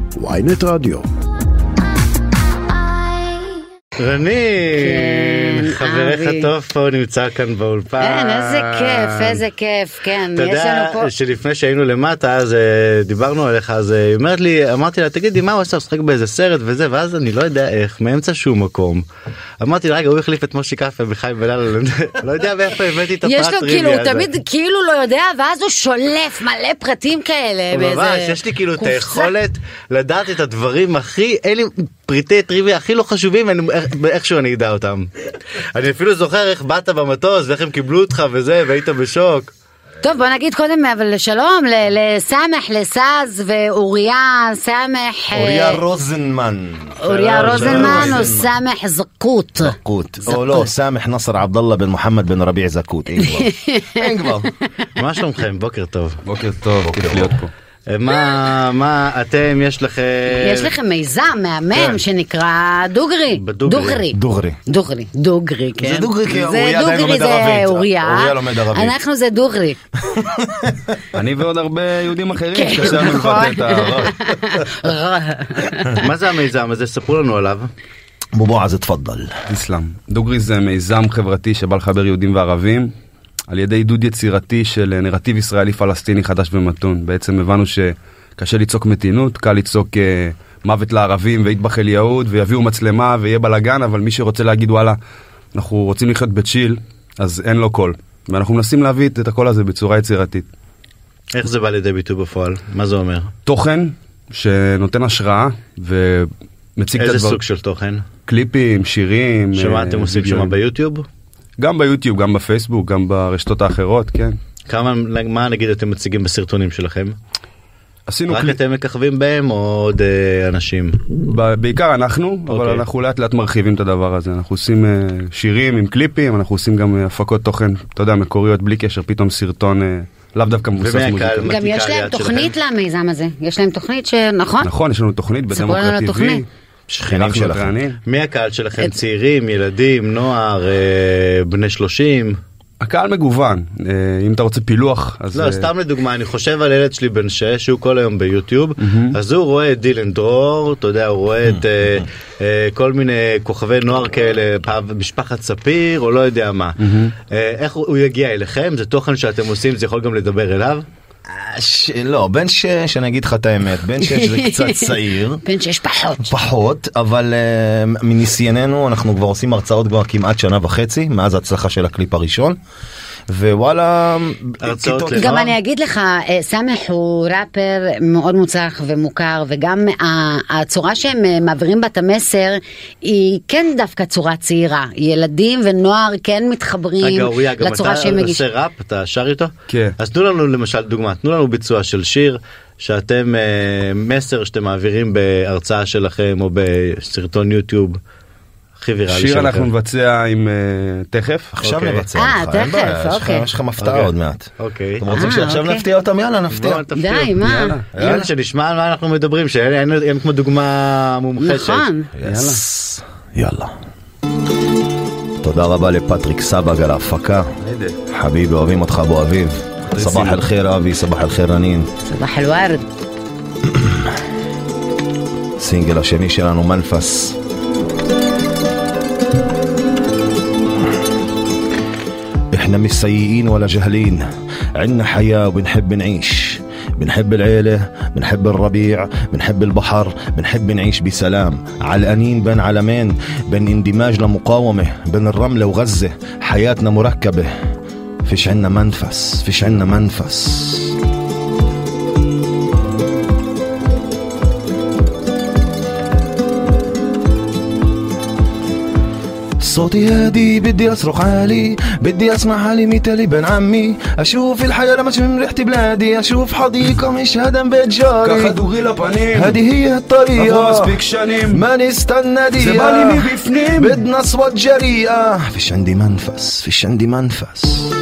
ynet רדיו. רנין, חברך הטוב פה נמצא כאן באולפן. איזה כיף, כן. אתה יודע שלפני שהיינו למטה, אז דיברנו עליך, אז היא אומרת לי, אמרתי לה, תגידי, מה הוא עושה? לשחק באיזה סרט וזה, ואז אני לא יודע איך, מאמצע שום מקום. אמרתי לה, רגע, הוא החליף את מושי קפה בחי בלילה, לא יודע מאיפה הבאתי את הפרט יש לו כאילו, הוא תמיד כאילו לא יודע, ואז הוא שולף מלא פרטים כאלה. ממש, יש לי כאילו את היכולת לדעת את הדברים הכי, אלה פריטי טריוויה הכי לא חשובים, איכשהו אני אדע אותם. אני אפילו זוכר איך באת במטוס, ואיך הם קיבלו אותך וזה, והיית בשוק. טוב, בוא נגיד קודם, אבל שלום, לסמך, לסאז ואוריה, סמך... אוריה רוזנמן. אוריה רוזנמן או סמך זקות. זקות. או לא, סמך נصر עבדالله בן מוחמד בן רביע זקות. אין כבר. מה שלומכם? בוקר טוב. בוקר טוב, כיף להיות פה. מה אתם, יש לכם מיזם מהמם שנקרא דוגרי. דוגרי, כן. זה דוגרי כי אוריה עדיין לומד ערבית. אוריה לומד ערבית. אנחנו זה דוגרי. אני ועוד הרבה יהודים אחרים קשרנו לבטא את הערב. מה זה המיזם הזה? ספרו לנו עליו. בועז, תפדל. אסלאם. דוגרי זה מיזם חברתי שבא לחבר יהודים וערבים. על ידי עידוד יצירתי של נרטיב ישראלי פלסטיני חדש ומתון. בעצם הבנו שקשה לצעוק מתינות, קל לצעוק מוות לערבים ויתבח אל יהוד, ויביאו מצלמה ויהיה בלגן, אבל מי שרוצה להגיד וואלה, אנחנו רוצים לחיות בצ'יל, אז אין לו קול. ואנחנו מנסים להביא את הקול הזה בצורה יצירתית. איך זה בא לידי ביטוי בפועל? מה זה אומר? תוכן שנותן השראה ומציג את הדבר. איזה סוג של תוכן? קליפים, שירים. שמה אתם עושים שמה ביוטיוב? גם ביוטיוב, גם בפייסבוק, גם ברשתות האחרות, כן. מה נגיד אתם מציגים בסרטונים שלכם? עשינו רק אתם מככבים בהם או עוד אנשים? בעיקר אנחנו, אבל אנחנו לאט לאט מרחיבים את הדבר הזה. אנחנו עושים שירים עם קליפים, אנחנו עושים גם הפקות תוכן, אתה יודע, מקוריות, בלי קשר, פתאום סרטון, לאו דווקא מבוסס מוזיקה. גם יש להם תוכנית למיזם הזה, יש להם תוכנית שנכון? נכון, יש לנו תוכנית בדמוקרט-TV. שכנים שלכם. מי הקהל שלכם? צעירים, ילדים, נוער, בני 30? הקהל מגוון. אם אתה רוצה פילוח, אז... לא, סתם לדוגמה, אני חושב על ילד שלי בן 6, שהוא כל היום ביוטיוב, אז הוא רואה את דילן דרור, אתה יודע, הוא רואה את כל מיני כוכבי נוער כאלה, משפחת ספיר, או לא יודע מה. איך הוא יגיע אליכם? זה תוכן שאתם עושים, זה יכול גם לדבר אליו? לא, בן 6, אני אגיד לך את האמת, בן 6 זה קצת צעיר. בן 6 פחות, אבל מניסייננו אנחנו כבר עושים הרצאות כבר כמעט שנה וחצי, מאז ההצלחה של הקליפ הראשון. ווואלה, גם אני אגיד לך, סמך הוא ראפר מאוד מוצלח ומוכר, וגם הצורה שהם מעבירים בת המסר היא כן דווקא צורה צעירה. ילדים ונוער כן מתחברים לצורה שהם מגישים. אתה עושה ראפ? אתה שר איתו? כן. אז תנו לנו למשל דוגמה, תנו לנו ביצוע של שיר שאתם מסר שאתם מעבירים בהרצאה שלכם או בסרטון יוטיוב. שיר אנחנו מבצע עם תכף. עכשיו נבצע לך. תכף, אוקיי. יש לך מפתעה עוד מעט. אוקיי. אתם רוצים שעכשיו נפתיע אותם? יאללה, נפתיע. די, מה? יאללה, שנשמע על מה אנחנו מדברים, שאין כמו דוגמה מומחשת. נכון. יאללה. תודה רבה לפטריק סבג על ההפקה. חביבי, אוהבים אותך בו אביב. סבח אל חיר אבי, סבח אל חיר רנין. סבח אל ורד. סינגל השני שלנו מנפס. احنا مش سيئين ولا جهلين عنا حياة وبنحب نعيش بنحب العيلة بنحب الربيع بنحب البحر بنحب نعيش بسلام علقانين بين علمين بين اندماج لمقاومة بين الرملة وغزة حياتنا مركبة فيش عنا منفس فيش عنا منفس صوتي هادي بدي أصرخ عالي بدي أسمع حالي مثالي بن عمي أشوف الحياة لما شم ريحة بلادي أشوف حديقة مش هدم بيت جاري ככה דוגרי לפנים هذه هي الطريقة עבור מספיק שנים ما نستنى دقيقة זה בא לי מבפנים بدنا أصوات جريئة فيش عندي منفس فيش عندي منفس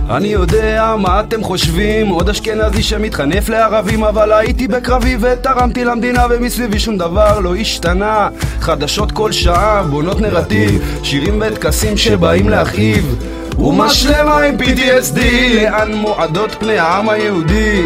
אני יודע מה אתם חושבים, עוד אשכנזי שמתחנף לערבים, אבל הייתי בקרבי ותרמתי למדינה ומסביבי שום דבר לא השתנה. חדשות כל שעה, בונות נרטיב, שירים וטקסים שבאים להכאיב, ומה שלמה עם PTSD, לאן מועדות פני העם היהודי.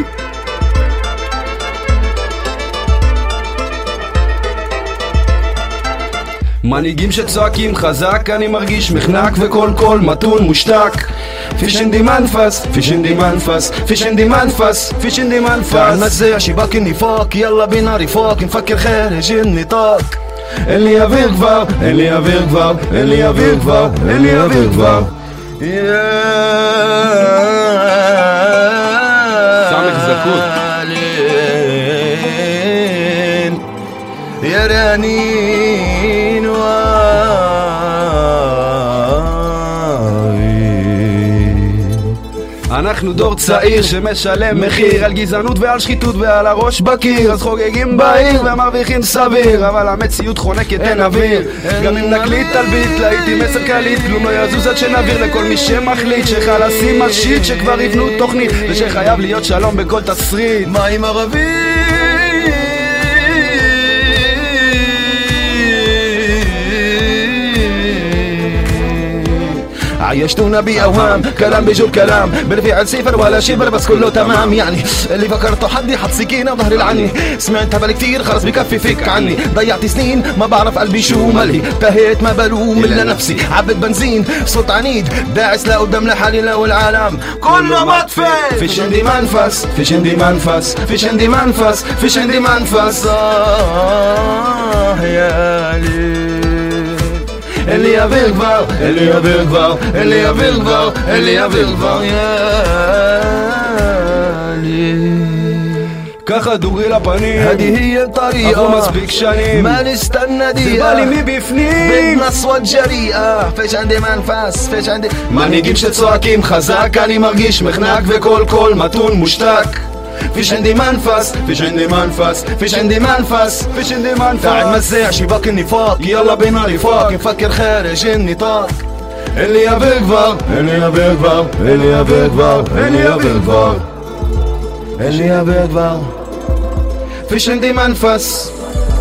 מנהיגים שצועקים חזק, אני מרגיש מחנק וכל קול מתון מושתק. פישן די מנפס, פישן די מנפס, פישן די מנפס, פישן די מנפס. تعال نزع شباك النفاق يلا بينا رفاق نفكر خارج النطاق. اللي أبير كفار، اللي أبير كفار، اللي أبير كفار، اللي أبير كفار. סמך זקות. يا رانين אנחנו דור צעיר שמשלם מחיר על גזענות ועל שחיתות ועל הראש בקיר, אז חוגגים בעיר ומרוויחים סביר, אבל המציאות חונקת אין אוויר. גם אם נקליט תלביט להיטי מסר קליט, כלום לא יזוז עד שנעביר לכל מי שמחליט שחלסים משיט, שכבר יבנו תוכנית ושחייב להיות שלום בכל תסריט. מה עם ערבים? عيشتونا بأوهام كلام بيجوا بكلام بالفعل صفر ولا شبر بس كله تمام يعني اللي فكرته حدي حط سكينة ظهر العني سمعت هبل كتير خلص بكفي فيك عني ضيعت سنين ما بعرف قلبي شو ملي تهيت ما بلوم إلا نفسي عبت بنزين صوت عنيد داعس لا قدام لحالي لا والعالم كله مطفي فيش عندي منفس فيش عندي منفس فيش عندي منفس فيش عندي منفس يا لي اللي يبير كفار اللي يبير كفار اللي يبير كفار اللي يبير كفار يا لي ככה דורי לפנים, هذه هي الطريقة עברו מספיק שנים, ما نستنى זה دقيقة בא לי מבפנים. بدنا صوت جريئة فيش عندي منفس فيش عندي מנהיגים שצועקים חזק, אני מרגיש מחנק וכל קול מתון מושתק. فيش عندي منفس فيش عندي منفس فيش عندي منفس فيش عندي منفس. تعال نزع شباك النفاق يلا بينا رفاق نفكر خارج النطاق اللي يبير كفار اللي يبير كفار اللي يبير كفار اللي يبير كفار اللي يبير كفار فيش عندي منفس.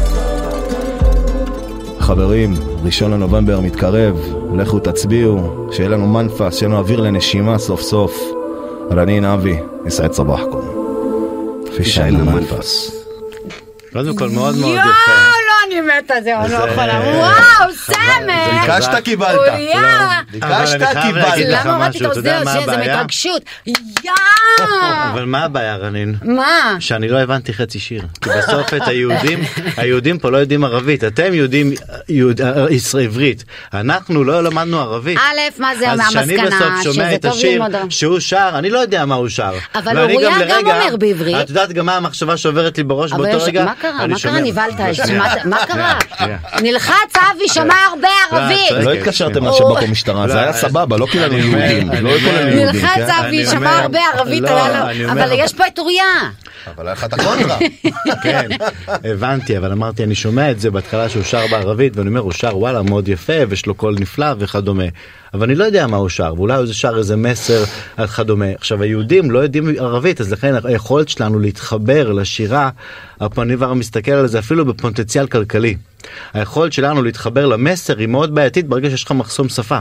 חברים, 1 לנובמבר מתקרב, לכו תצביעו, שיהיה לנו מנפס, שיהיה לנו אוויר לנשימה סוף סוף. רנין אבי, יסעד סבחכם. פיש עין המנפס. קודם כל מאוד מאוד יואו, יפה. לא, אני מתה, זהו, אני לא יכולה. וואו, סמך. ביקשת קיבלת. אוריה. ביקשת קיבלת. למה הורדתי את האוזניות? זה מתרגשות. יואו. אבל מה הבעיה, רנין? מה? שאני לא הבנתי חצי שיר. כי בסוף את היהודים פה לא יודעים ערבית. אתם יודעים עברית. אנחנו לא למדנו ערבית. א', מה זה המסקנה? אז שאני בסוף שומע את השיר שהוא שר, אני לא יודע מה הוא שר. אבל אוריה גם אומר בעברית. את יודעת גם מה המחשבה שעוברת לי בראש באותו רגע? מה קרה? מה קרה? נבלת? מה קרה? נלחץ אבי, שמע הרבה ערבית. לא התקשרתם לשב"כ או משטרה, זה היה סבבה, לא כולנו יהודים. נלחץ אבי, שמע הרבה ערבית, אבל יש פה את אוריה. אבל איך אתה קונטרה? כן, הבנתי, אבל אמרתי, אני שומע את זה בהתחלה שהוא שר בערבית, ואני אומר, הוא שר וואלה מאוד יפה, ויש לו קול נפלא וכדומה. אבל אני לא יודע מה הוא שר, ואולי הוא שר איזה מסר וכדומה. עכשיו, היהודים לא יודעים ערבית, אז לכן היכולת שלנו להתחבר לשירה, הפניבר מסתכל על זה אפילו בפוטנציאל כלכלי. היכולת שלנו להתחבר למסר היא מאוד בעייתית ברגע שיש לך מחסום שפה.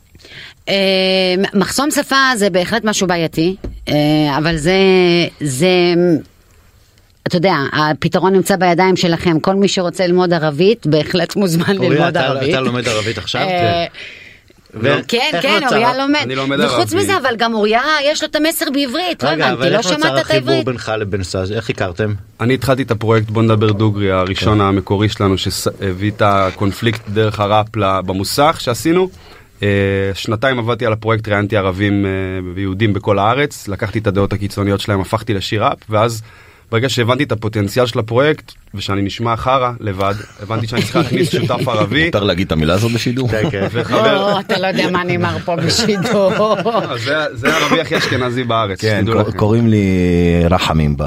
מחסום שפה זה בהחלט משהו בעייתי, אבל זה אתה יודע, הפתרון נמצא בידיים שלכם. כל מי שרוצה ללמוד ערבית בהחלט מוזמן ללמוד ערבית. אתה לומד ערבית עכשיו? כן, אוריה לומד. וחוץ מזה, אבל גם אוריה יש לו את המסר בעברית. רגע, אבל איך נוצר החיבור בינך לבין סאז? איך הכרתם? אני התחלתי את הפרויקט בוא נדבר דוגרי, הראשון המקורי שלנו, שהביא את הקונפליקט דרך הראפ במוסך שעשינו. 2 עבדתי על הפרויקט, ראיינתי ערבים ויהודים בכל הארץ, לקחתי את הדעות הקיצוניות שלהם, הפכתי לשיר ראפ, ואז ברגע שהבנתי את הפוטנציאל של הפרויקט, ושאני נשמע חרה לבד, הבנתי שאני צריך להכניס שותף ערבי. מותר להגיד את המילה הזאת בשידור? אתה לא יודע מה נאמר פה בשידור. זה הערבי הכי אשכנזי בארץ. כן, קוראים לי רחמים.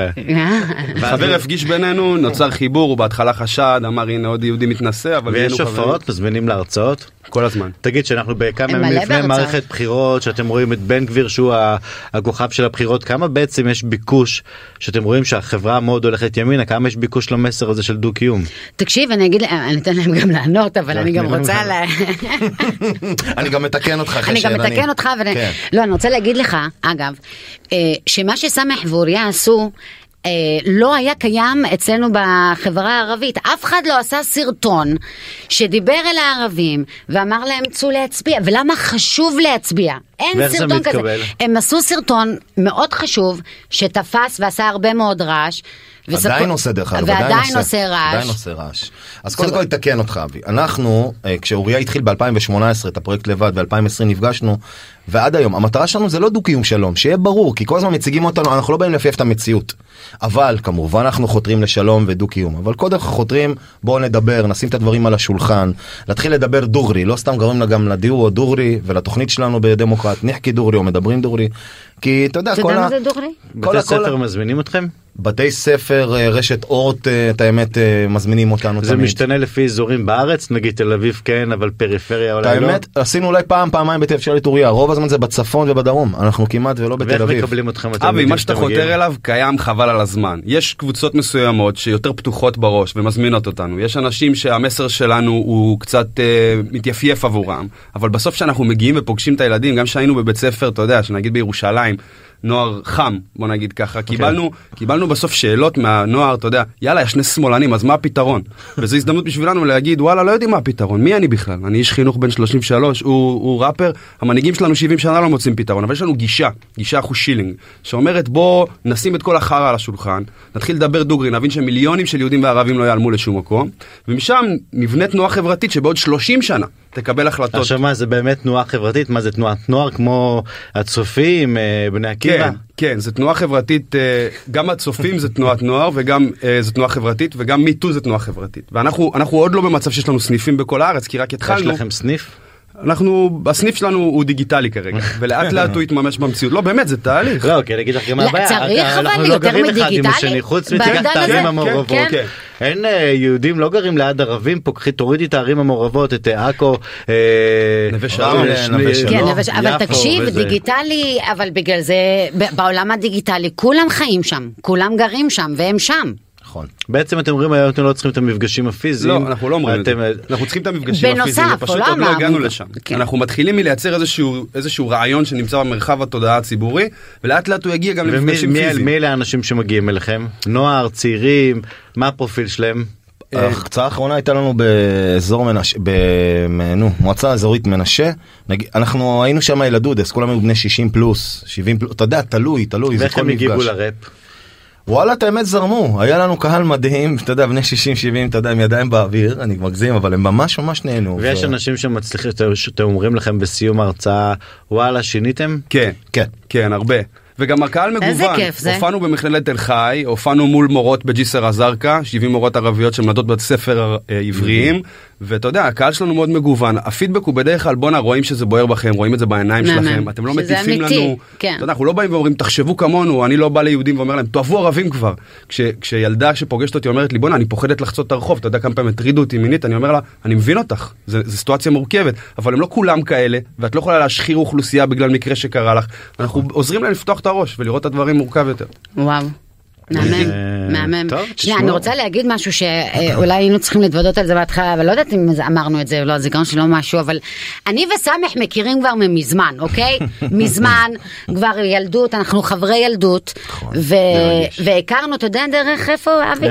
חבר הפגיש בינינו, נוצר חיבור, הוא בהתחלה חשד, אמר הנה עוד יהודי מתנסה, אבל ויש הופעות, מזמינים להרצאות? כל הזמן. תגיד שאנחנו בכמה ימים לפני מערכת בחירות, שאתם רואים את בן גביר שהוא הכוכב של הבחירות, כמה בעצם יש ביקוש, שאתם רואים שהחברה מאוד הולכת ימינה, כמה יש ביקוש למסר הזה של דו-קיום? תקשיב, אני אתן להם גם לענות, אבל אני גם רוצה אני גם מתקן אותך. לא, אני רוצה להגיד לך, אגב, שמה שסמך ואוריה עשו, לא היה קיים אצלנו בחברה הערבית. אף אחד לא עשה סרטון שדיבר אל הערבים ואמר להם צאו להצביע. ולמה חשוב להצביע? אין סרטון כזה. הם עשו סרטון מאוד חשוב שתפס ועשה הרבה מאוד רעש. עדיין עושה דרך אגב, ועדיין עושה רעש. אז קודם כל לתקן אותך אבי, אנחנו כשאוריה התחיל ב-2018 את הפרויקט לבד, ב-2020 נפגשנו, ועד היום המטרה שלנו זה לא דו-קיום שלום, שיהיה ברור, כי כל הזמן מציגים אותנו, אנחנו לא באים לפייף את המציאות, אבל כמובן אנחנו חותרים לשלום ודו-קיום, אבל קודם חותרים, בואו נדבר, נשים את הדברים על השולחן, להתחיל לדבר דוגרי, לא סתם גורם גם לדיור דוגרי, ולתוכנית שלנו בדמוקרט, נחקי דוגרי או מדברים דוגרי, כי אתה יודע, כל מה זה דוגרי? בתי ספר מזמינים אתכם? בתי ספר, רשת אורט, את האמת מזמינים אותנו. זה משתנה לפי אזורים בארץ, נגיד תל אביב כן, אבל פריפריה אולי לא. האמת, עשינו אולי פעמיים בתאפשרת אוריה, רוב הזמן זה בצפון ובדרום, אנחנו כמעט ולא בתל אביב. ואיך מקבלים אתכם? אבי, מה שאתה חותר אליו קיים חבל על הזמן. יש קבוצות מסוימות שיותר פתוחות בראש ומזמינות אותנו. יש אנשים שהמסר שלנו הוא קצת מתייפייף עבורם, אבל בסוף שאנחנו מגיעים ופוגשים את הילדים, גם שהיינו בבית ספר, אתה יודע, שנגיד בירושלים, נוער חם, בוא נגיד ככה, קיבלנו בסוף שאלות מהנוער, אתה יודע, יאללה, יש שני שמאלנים, אז מה הפתרון? וזו הזדמנות בשבילנו להגיד, וואלה, לא יודעים מה הפתרון, מי אני בכלל? אני איש חינוך בן 33, הוא ראפר, המנהיגים שלנו 70 שנה לא מוצאים פתרון, אבל יש לנו גישה אחושילינג, שאומרת בוא נשים את כל החרה על השולחן, נתחיל לדבר דוגרי, נבין שמיליונים של יהודים וערבים לא יעלמו לשום מקום, ומשם נבנה תנועה חברתית שבעוד 30 שנה תקבל החלטות. עכשיו מה, זה באמת תנועה חברתית? מה זה תנועת נוער כמו הצופים, בני עקיבא? כן, זה תנועה חברתית, גם הצופים זה תנועת נוער, וגם זה תנועה חברתית, וגם מיטו זה תנועה חברתית. ואנחנו עוד לא במצב שיש לנו סניפים בכל הארץ, כי רק התחלנו. יש לכם סניף? הסניף שלנו הוא דיגיטלי כרגע, ולאט לאט הוא יתממש במציאות. לא, באמת, זה תהליך. לא, כי אני אגיד לך גם הבעיה. צריך אבל יותר מדיגיטלי? חוץ מתיקח את הערים המעורבות. אין יהודים לא גרים ליד ערבים, פה תורידי את הערים המעורבות, את עכו, נווה שלום. אבל תקשיב, דיגיטלי, אבל בגלל זה, בעולם הדיגיטלי, כולם חיים שם, כולם גרים שם, והם שם. נכון. בעצם אתם אומרים היום אתם לא צריכים את המפגשים הפיזיים. לא, אנחנו לא אומרים את זה. אנחנו צריכים את המפגשים הפיזיים, פשוט עוד לא הגענו לשם. אנחנו מתחילים מלייצר איזשהו רעיון שנמצא במרחב התודעה הציבורי, ולאט לאט הוא יגיע גם למפגשים פיזיים. ומי אלה האנשים שמגיעים אליכם? נוער, צעירים, מה הפרופיל שלהם? ההחצאה האחרונה הייתה לנו באזור מנשה, במועצה אזורית מנשה, אנחנו היינו שם ילדודס, כולם היו בני 60 פלוס, 70 פלוס, אתה יודע, תלוי, ואיך הם הגיבו לראפ? וואלה, את האמת זרמו, היה לנו קהל מדהים, אתה יודע, בני 60-70, אתה יודע, עם ידיים באוויר, אני מגזים, אבל הם ממש נהנו. ויש אנשים שמצליחים, שאתם אומרים לכם בסיום ההרצאה, וואלה, שיניתם? כן, הרבה. וגם הקהל מגוון, הופענו במכללת תל חי, הופענו מול מורות בג'יסר א-זרקא, 70 מורות ערביות שמלמדות בית ספר עבריים, ואתה יודע, הקהל שלנו מאוד מגוון, הפידבק הוא בדרך כלל, בונה, רואים שזה בוער בכם, רואים את זה בעיניים שלכם, אתם לא מטיפים לנו, אתה יודע, אנחנו לא באים ואומרים, תחשבו כמונו, אני לא בא ליהודים ואומר להם, תאהבו ערבים כבר, כשילדה שפוגשת אותי אומרת לי, בונה, אני פוחדת לחצות את הרחוב, אתה יודע כמה פעמים הטרידו אותי מינית, אני אומר לה, אני מבין אותך, זו סיטואציה מורכבת, אבל הם לא כולם כאלה, ואת לא יכולה להשחיר אוכלוסייה בגלל מקרה שקרה לך. אנחנו עוזרים להם לפתוח את הראש ולראות את הדברים מורכב יותר. וואו. מהמם. שנייה, אני רוצה להגיד משהו שאולי היינו צריכים להתוודות על זה בהתחלה, אבל לא יודעת אם אמרנו את זה או לא, זה גם שלא משהו, אבל אני וסמך מכירים כבר מזמן, אוקיי? מזמן, כבר ילדות, אנחנו חברי ילדות, והכרנו, אתה יודע דרך איפה, אבי?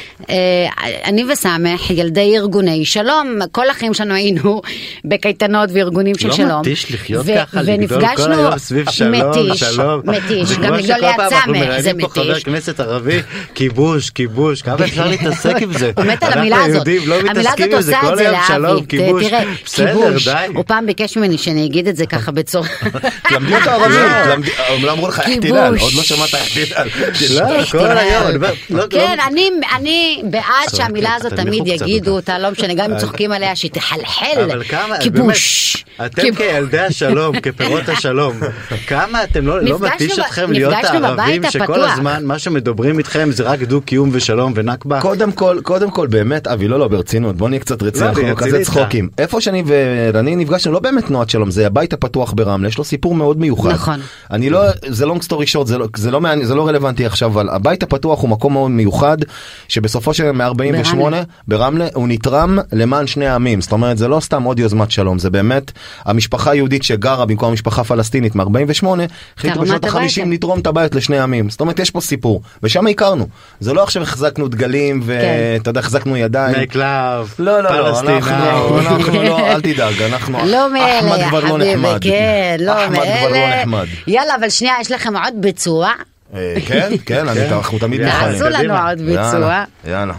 אני וסמך, ילדי ארגוני שלום, כל החיים שלנו היינו בקייטנות וארגונים של שלום. לא מתיש לחיות ככה, לגדול כל היום סביב שלום, שלום. מתיש, גם לגדול ליד סמך, זה מתיש. ערבי, כיבוש, כיבוש, כמה אפשר להתעסק עם זה? הוא מת על המילה הזאת. אנחנו יהודים לא מתעסקים עם זה, כל היום שלום, כיבוש. בסדר, די. הוא פעם ביקש ממני שאני אגיד את זה ככה בצורה. תלמדי אותו ערבית, לא אמרו לך החתילל, עוד לא שמעת החתילל. לא, כל היום. כן, אני בעד שהמילה הזאת תמיד יגידו אותה, לא משנה, גם אם צוחקים עליה, שהיא תחלחל. כיבוש. אתם כילדי השלום, כפירות השלום, כמה אתם לא מתיש אתכם להיות הערבים שכל הזמן מה שמדברים איתכם זה רק דו קיום ושלום ונקבה? קודם כל באמת, אבי, לא ברצינות, בוא נהיה קצת רציני, אנחנו כזה צחוקים. איפה שאני ורני נפגשנו, לא באמת תנועת שלום, זה הבית הפתוח ברמלה, יש לו סיפור מאוד מיוחד. נכון. אני לא, זה long story short, זה לא רלוונטי עכשיו, אבל הבית הפתוח הוא מקום מאוד מיוחד, שבסופו של מ-48 ברמלה הוא נתרם למען שני העמים. זאת אומרת, זה לא סתם עוד יוזמת שלום, זה באמת המשפחה היהודית שגרה במקום המשפחה פלסטינית מ-48, החליטו בשנות ה-50 לתרום את הבית לשני העמים. זאת אומרת, יש פה סיפור, ושם הכרנו. זה לא עכשיו החזקנו דגלים ואתה יודע, החזקנו ידיים. מקלב, אנחנו לא, אל תדאג, אנחנו אחמד כבר לא נחמד. כן, לא מאלה. יאללה, אבל שנייה, יש לכם עוד ביצוע. כן, אנחנו תמיד מוכנים. תעשו לנו עוד ביצוע. יאללה.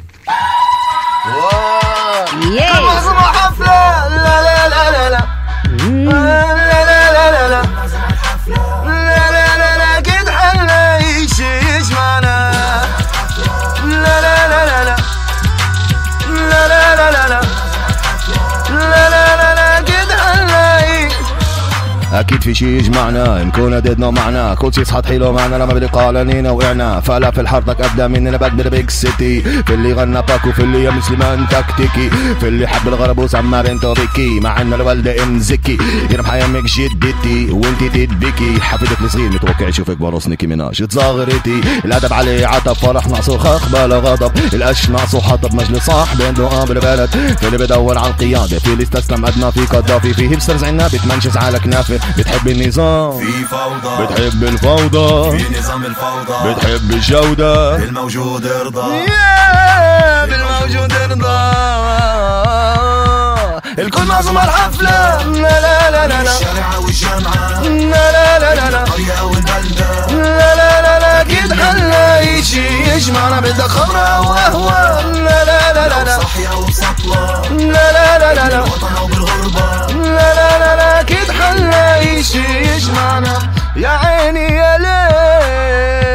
יש. أكيد في شي يجمعنا نكون عددنا معنا كل شي صحت حلو معنا لما بلقى لنينا وقعنا فلا في الحرب أبدأ مننا بقدر بيك سيتي في اللي غنى باكو في اللي يا مسلمان تكتيكي في اللي حب الغرب وسمى بنته بيكي مع ان الوالدة ام زكي يرمح يمك جدتي وانتي تدبكي حفيدك الصغير متوقع يشوفك براس نيكي مناش تزغرتي الادب عليه عتب فرح ناقصه خخ بلا غضب القش ناقصه حطب مجلس صاحب عنده بالبلد في اللي بدور على القيادة في اللي استسلم أدنى في قذافي في هبسترز عنا بتمنشز على كنافه بتحب النظام في فوضى بتحب الفوضى في نظام الفوضى بتحب الجودة بالموجود ارضى بالموجود ارضى الكل معزوم على الحفلة لا لا لا لا الشارع والجامعة لا لا لا لا القرية والبلدة لا لا لا لا أكيد حنلاقي شي يجمعنا بدك خمرة وقهوة لا لا لا لا لا صحية وبسطوة لا لا لا لا لا بالوطن وبالغربة لا لا لا لا أكيد حنلاقي شي يجمعنا يا عيني يا ليل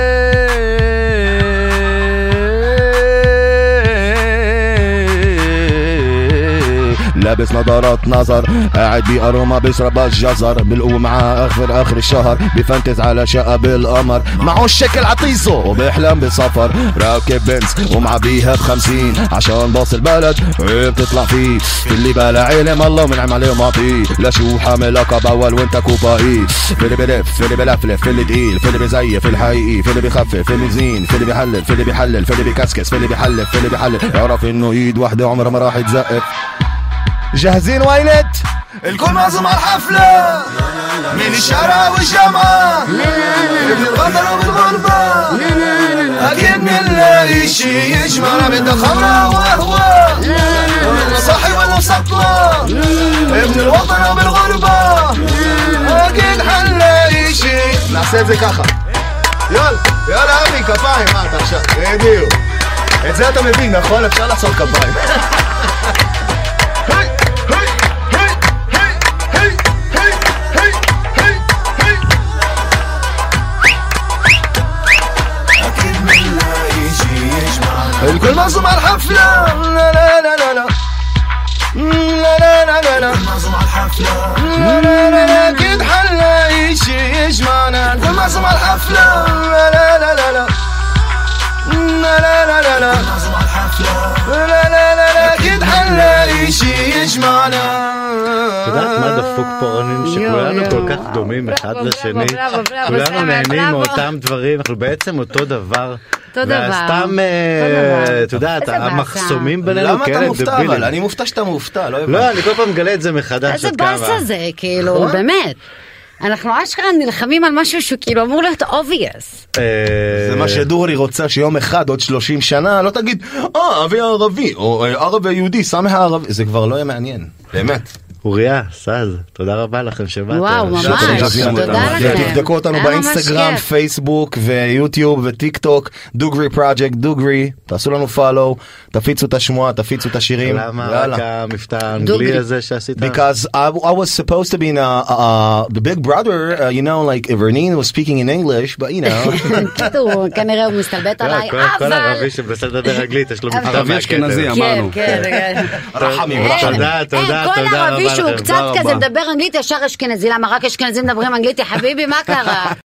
لابس نظارات نظر قاعد بأروما بيشرب الجزر بالقوة معاه آخر الشهر بفنتز على شقة بالقمر معه الشكل عطيسه وبيحلم بسفر راكب بنز ومعبيها ب50 عشان باص البلد بتطلع فيه في اللي بلا علم الله منعم عليه ومعطيه لشو حامل لقب أول وانت كوبايه في اللي بلف في اللي بلفلف في اللي تقيل في اللي بزيف في الحقيقي في اللي بخفف في اللي بزين في اللي بيحلل في اللي بيحلل في اللي بيكسكس في اللي بيحلف في اللي بيحلل يعرف انه ايد واحدة عمرها ما راح يتزقف جاهزين وينت الكل معزوم على الحفلة من الشارع والجامعة ابن الوطن وبالغربة أكيد منلاقي شي يجمعنا بدنا خمرة وقهوة صحي ولا مسطلة ابن الوطن وبالغربة أكيد حنلاقي شي نعسل زي كخة يلا أمي كفاية ما تعشق هديو את זה אתה מבין, נכון? אפשר לעשות כפיים الكل معزوم على الحفلة لا لا لا لا لا لا لا لا لا لا معزوم على الحفلة لا لا لا لا أكيد حنلاقي شي يجمعنا الكل معزوم على الحفلة لا لا لا لا لا لا لا لا لا معزوم على الحفلة لا لا لا لا أكيد حنلاقي شي يجمعنا את יודעת מה דפוק פה רנין שכולנו כל כך דומים אחד לשני, כולנו נהנים מאותם דברים, אנחנו בעצם אותו דבר, וסתם את יודעת המחסומים בינינו כאלה דבילים. אני מופתע שאתה מופתע, לא, אני כל פעם מגלה את זה מחדש. איזה באסה זה, כאילו, באמת. אנחנו אשכרה נלחמים על משהו שהוא כאילו אמור להיות obvious. זה מה שדורי רוצה שיום אחד עוד 30 שנה לא תגיד אבי הערבי או ערבי יהודי סמך הערבי, זה כבר לא יהיה מעניין באמת. אוריה, סאז, תודה רבה לכם שבאתם. וואו, ממש, תודה לכם. תבדקו אותנו באינסטגרם, פייסבוק ויוטיוב וטיק טוק, דוגרי פרויקט, דוגרי, תעשו לנו פולו, תפיצו את השמועה, תפיצו את השירים. למה רק המבטא האנגלי הזה שעשית? Because I was supposed to be in the big brother, you know, like Vernine was speaking in English, but you know. כנראה הוא מסתלבט עליי, אבל... כל ערבי שמנסה לדבר אנגלית, יש לו מבטא ערבי אשכנזי, אמרנו. כן. רחמים. תודה כל רבה ערבי שהוא לכם. קצת כזה מדבר אנגלית ישר אשכנזי, למה רק אשכנזים מדברים אנגלית, יא חביבי, מה קרה?